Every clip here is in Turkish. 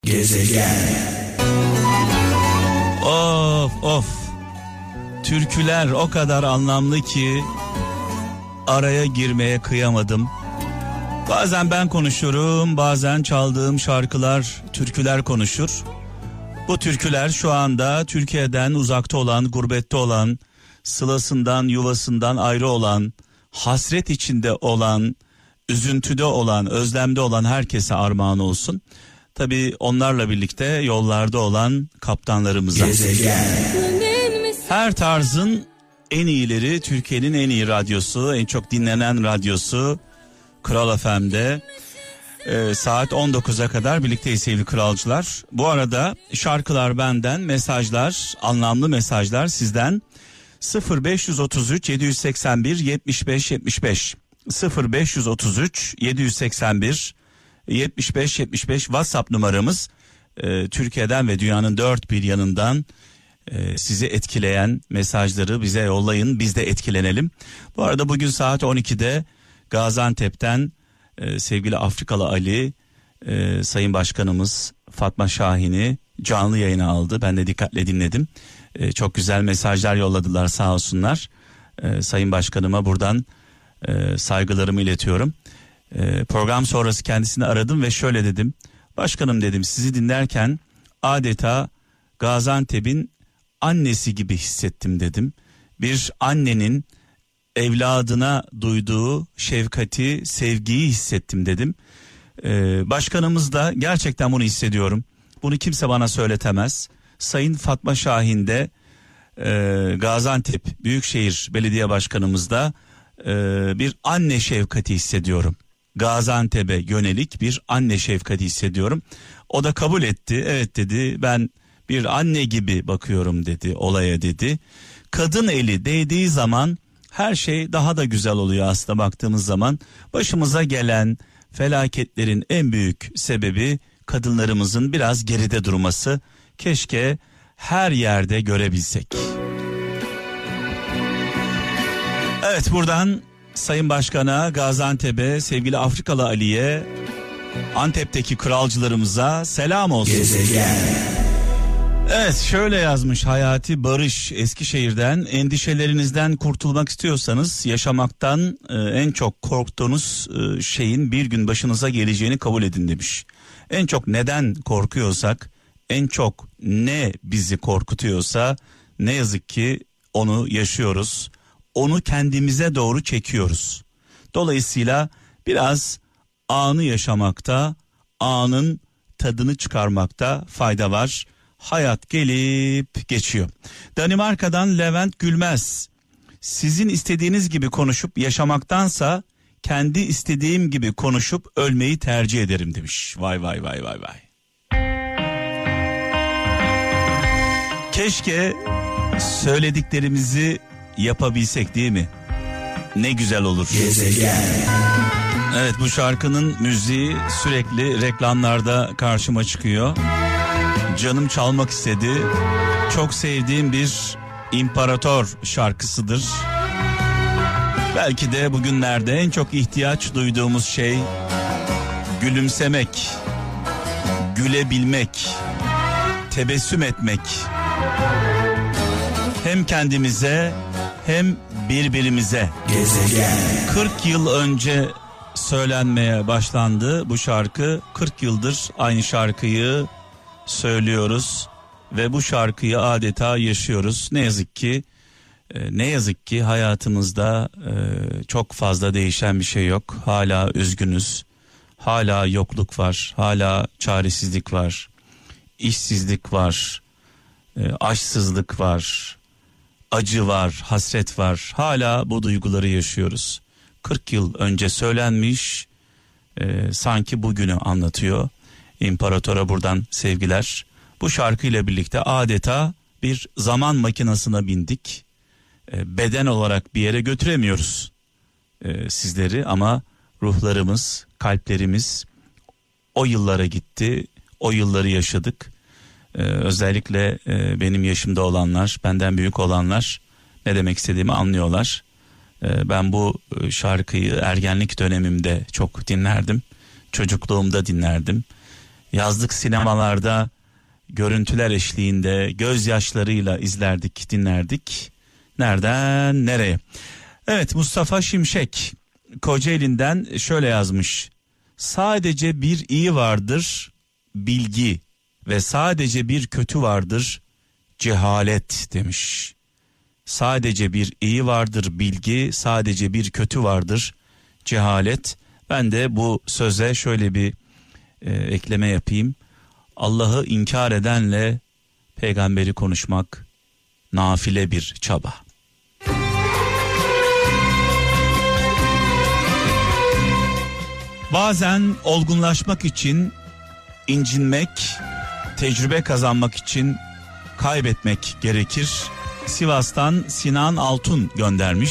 Gezegen. Of. Türküler o kadar anlamlı ki araya girmeye kıyamadım. Bazen ben konuşurum, bazen çaldığım şarkılar, türküler konuşur. Bu türküler şu anda Türkiye'den uzakta olan, gurbette olan, sılasından, yuvasından ayrı olan, hasret içinde olan, üzüntüde olan, özlemde olan herkese armağan olsun. Tabii onlarla birlikte yollarda olan kaptanlarımıza. Her tarzın en iyileri, Türkiye'nin en iyi radyosu, en çok dinlenen radyosu Kral FM'de. Saat 19'a kadar birlikteyiz sevgili kralcılar. Bu arada şarkılar benden, mesajlar, anlamlı mesajlar sizden. 0533 781 75 75 0533 781 75 75 WhatsApp numaramız. Türkiye'den ve dünyanın dört bir yanından sizi etkileyen mesajları bize yollayın, biz de etkilenelim. Bu arada bugün saat 12'de Gaziantep'ten sevgili Afrikalı Ali, Sayın Başkanımız Fatma Şahin'i canlı yayına aldı. Ben de dikkatle dinledim. Çok güzel mesajlar yolladılar, sağ olsunlar. Sayın Başkanıma buradan saygılarımı iletiyorum. Program sonrası kendisini aradım ve şöyle dedim. Başkanım dedim, sizi dinlerken adeta Gaziantep'in annesi gibi hissettim dedim. Bir annenin evladına duyduğu şefkati, sevgiyi hissettim dedim. Başkanımız da gerçekten bunu hissediyorum. Bunu kimse bana söyletemez. Sayın Fatma Şahin de Gaziantep Büyükşehir Belediye Başkanımız da bir anne şefkati hissediyorum. Gaziantep'e yönelik bir anne şefkati hissediyorum. O da kabul etti. Evet dedi, ben bir anne gibi bakıyorum dedi olaya dedi. Kadın eli değdiği zaman her şey daha da güzel oluyor aslında baktığımız zaman. Başımıza gelen felaketlerin en büyük sebebi kadınlarımızın biraz geride durması. Keşke her yerde görebilsek. Evet, buradan Sayın Başkan'a, Gaziantep'e, sevgili Afrikalı Ali'ye, Antep'teki kralcılarımıza selam olsun. Evet, şöyle yazmış Hayati Barış Eskişehir'den. Endişelerinizden kurtulmak istiyorsanız yaşamaktan en çok korktuğunuz şeyin bir gün başınıza geleceğini kabul edin demiş. En çok neden korkuyorsak, en çok ne bizi korkutuyorsa ne yazık ki onu yaşıyoruz. Onu kendimize doğru çekiyoruz. Dolayısıyla biraz anı yaşamakta, anın tadını çıkarmakta fayda var. Hayat gelip geçiyor. Danimarka'dan Levent Gülmez. Sizin istediğiniz gibi konuşup yaşamaktansa kendi istediğim gibi konuşup ölmeyi tercih ederim demiş. Vay. Keşke söylediklerimizi yapabilsek değil mi? Ne güzel olur. Evet, bu şarkının müziği sürekli reklamlarda karşıma çıkıyor. Canım çalmak istedi. Çok sevdiğim bir İmparator şarkısıdır. Belki de bugünlerde en çok ihtiyaç duyduğumuz şey gülümsemek, gülebilmek, tebessüm etmek. Hem kendimize hem birbirimize. 40 yıl önce söylenmeye başlandı bu şarkı. 40 yıldır aynı şarkıyı söylüyoruz ve bu şarkıyı adeta yaşıyoruz. Ne yazık ki hayatımızda çok fazla değişen bir şey yok. Hala üzgünüz. Hala yokluk var. Hala çaresizlik var. İşsizlik var. Aşksızlık var. Acı var, hasret var. Hala bu duyguları yaşıyoruz. 40 yıl önce söylenmiş, sanki bugünü anlatıyor. İmparatora buradan sevgiler. Bu şarkıyla birlikte adeta bir zaman makinasına bindik. Beden olarak bir yere götüremiyoruz sizleri ama ruhlarımız, kalplerimiz o yıllara gitti. O yılları yaşadık. Özellikle benim yaşımda olanlar, benden büyük olanlar ne demek istediğimi anlıyorlar. Ben bu şarkıyı ergenlik dönemimde çok dinlerdim. Çocukluğumda dinlerdim. Yazlık sinemalarda görüntüler eşliğinde gözyaşlarıyla izlerdik, dinlerdik. Nereden nereye? Evet, Mustafa Şimşek Kocaeli'nden şöyle yazmış. Sadece bir iyi vardır, bilgi, ve sadece bir kötü vardır, cehalet demiş. Sadece bir iyi vardır, bilgi, sadece bir kötü vardır, cehalet. Ben de bu söze şöyle bir ekleme yapayım. Allah'ı inkar edenle peygamberi konuşmak nafile bir çaba. Bazen olgunlaşmak için incinmek, tecrübe kazanmak için kaybetmek gerekir. Sivas'tan Sinan Altun göndermiş.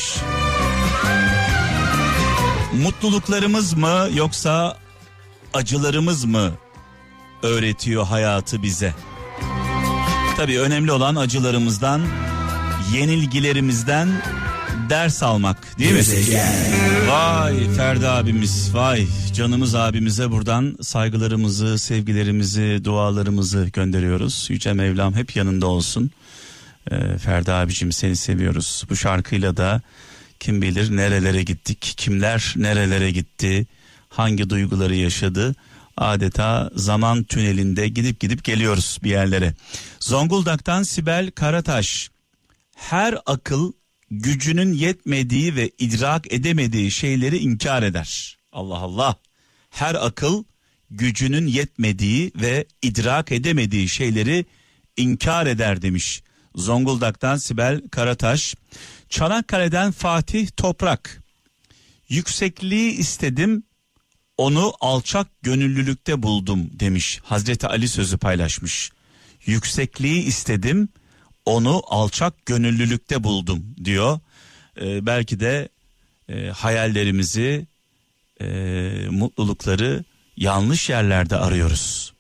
Mutluluklarımız mı yoksa acılarımız mı öğretiyor hayatı bize? Tabii önemli olan acılarımızdan, yenilgilerimizden ders almak, değil mi? Vay Ferdi abimiz, vay canımız abimize buradan saygılarımızı, sevgilerimizi, dualarımızı gönderiyoruz. Yüce Mevlam hep yanında olsun. Ferdi abicim, seni seviyoruz. Bu şarkıyla da kim bilir nerelere gittik, kimler nerelere gitti, hangi duyguları yaşadı. Adeta zaman tünelinde gidip geliyoruz bir yerlere. Zonguldak'tan Sibel Karataş. Her akıl gücünün yetmediği ve idrak edemediği şeyleri inkar eder. Allah Allah. Her akıl gücünün yetmediği ve idrak edemediği şeyleri inkar eder demiş. Zonguldak'tan Sibel Karataş. Çanakkale'den Fatih Toprak. Yüksekliği istedim, onu alçak gönüllülükte buldum demiş. Hazreti Ali sözü paylaşmış. Yüksekliği istedim, onu alçak gönüllülükte buldum diyor. Belki de hayallerimizi, mutlulukları yanlış yerlerde arıyoruz.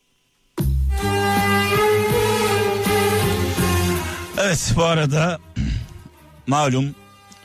Evet, bu arada malum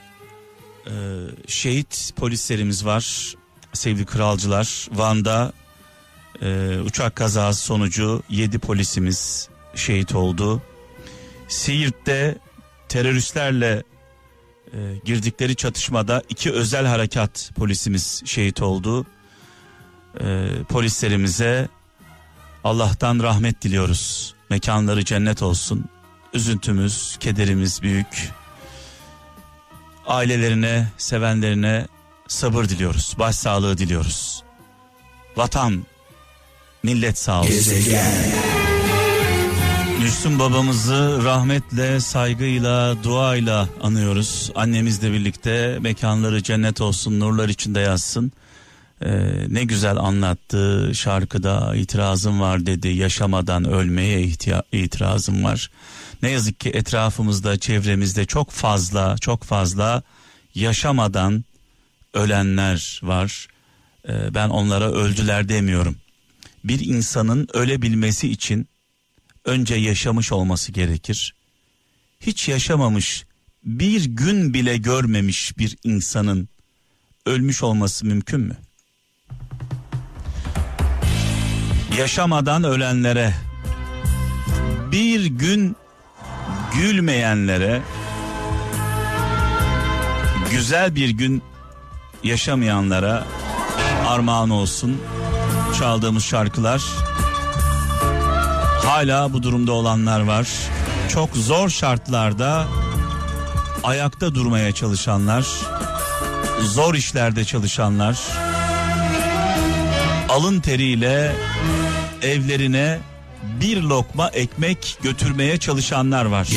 şehit polislerimiz var. Sevgili kralcılar, Van'da uçak kazası sonucu 7 polisimiz şehit oldu. Siirt'te teröristlerle girdikleri çatışmada 2 özel harekat polisimiz şehit oldu. Polislerimize Allah'tan rahmet diliyoruz. Mekanları cennet olsun. Üzüntümüz, kederimiz büyük. Ailelerine, sevenlerine sabır diliyoruz. Başsağlığı diliyoruz. Vatan, millet sağ olsun. Müslüm babamızı rahmetle, saygıyla, duayla anıyoruz. Annemizle birlikte mekanları cennet olsun, nurlar içinde yatsın. Ne güzel anlattı şarkıda, itirazım var dedi, yaşamadan ölmeye itirazım var. Ne yazık ki etrafımızda, çevremizde çok fazla yaşamadan ölenler var. Ben onlara öldüler demiyorum. Bir insanın ölebilmesi için önce yaşamış olması gerekir. Hiç yaşamamış, bir gün bile görmemiş bir insanın ölmüş olması mümkün mü? Yaşamadan ölenlere, bir gün gülmeyenlere, güzel bir gün yaşamayanlara armağan olsun çaldığımız şarkılar. Hala bu durumda olanlar var. Çok zor şartlarda ayakta durmaya çalışanlar, zor işlerde çalışanlar, alın teriyle evlerine bir lokma ekmek götürmeye çalışanlar var.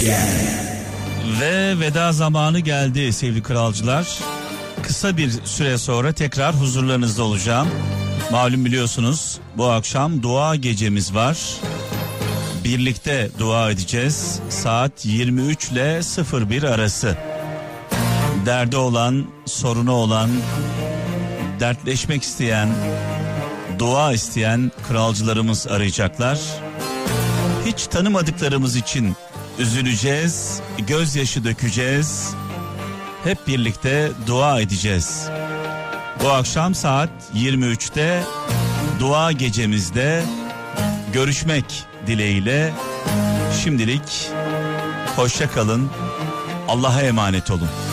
Ve veda zamanı geldi sevgili kralcılar. Kısa bir süre sonra tekrar huzurlarınızda olacağım. Malum biliyorsunuz bu akşam dua gecemiz var. Birlikte dua edeceğiz. Saat 23 ile 01 arası. Derdi olan, sorunu olan, dertleşmek isteyen, dua isteyen kralcılarımız arayacaklar. Hiç tanımadıklarımız için üzüleceğiz, gözyaşı dökeceğiz. Hep birlikte dua edeceğiz. Bu akşam saat 23'te dua gecemizde görüşmek dileğiyle şimdilik hoşça kalın. Allah'a emanet olun.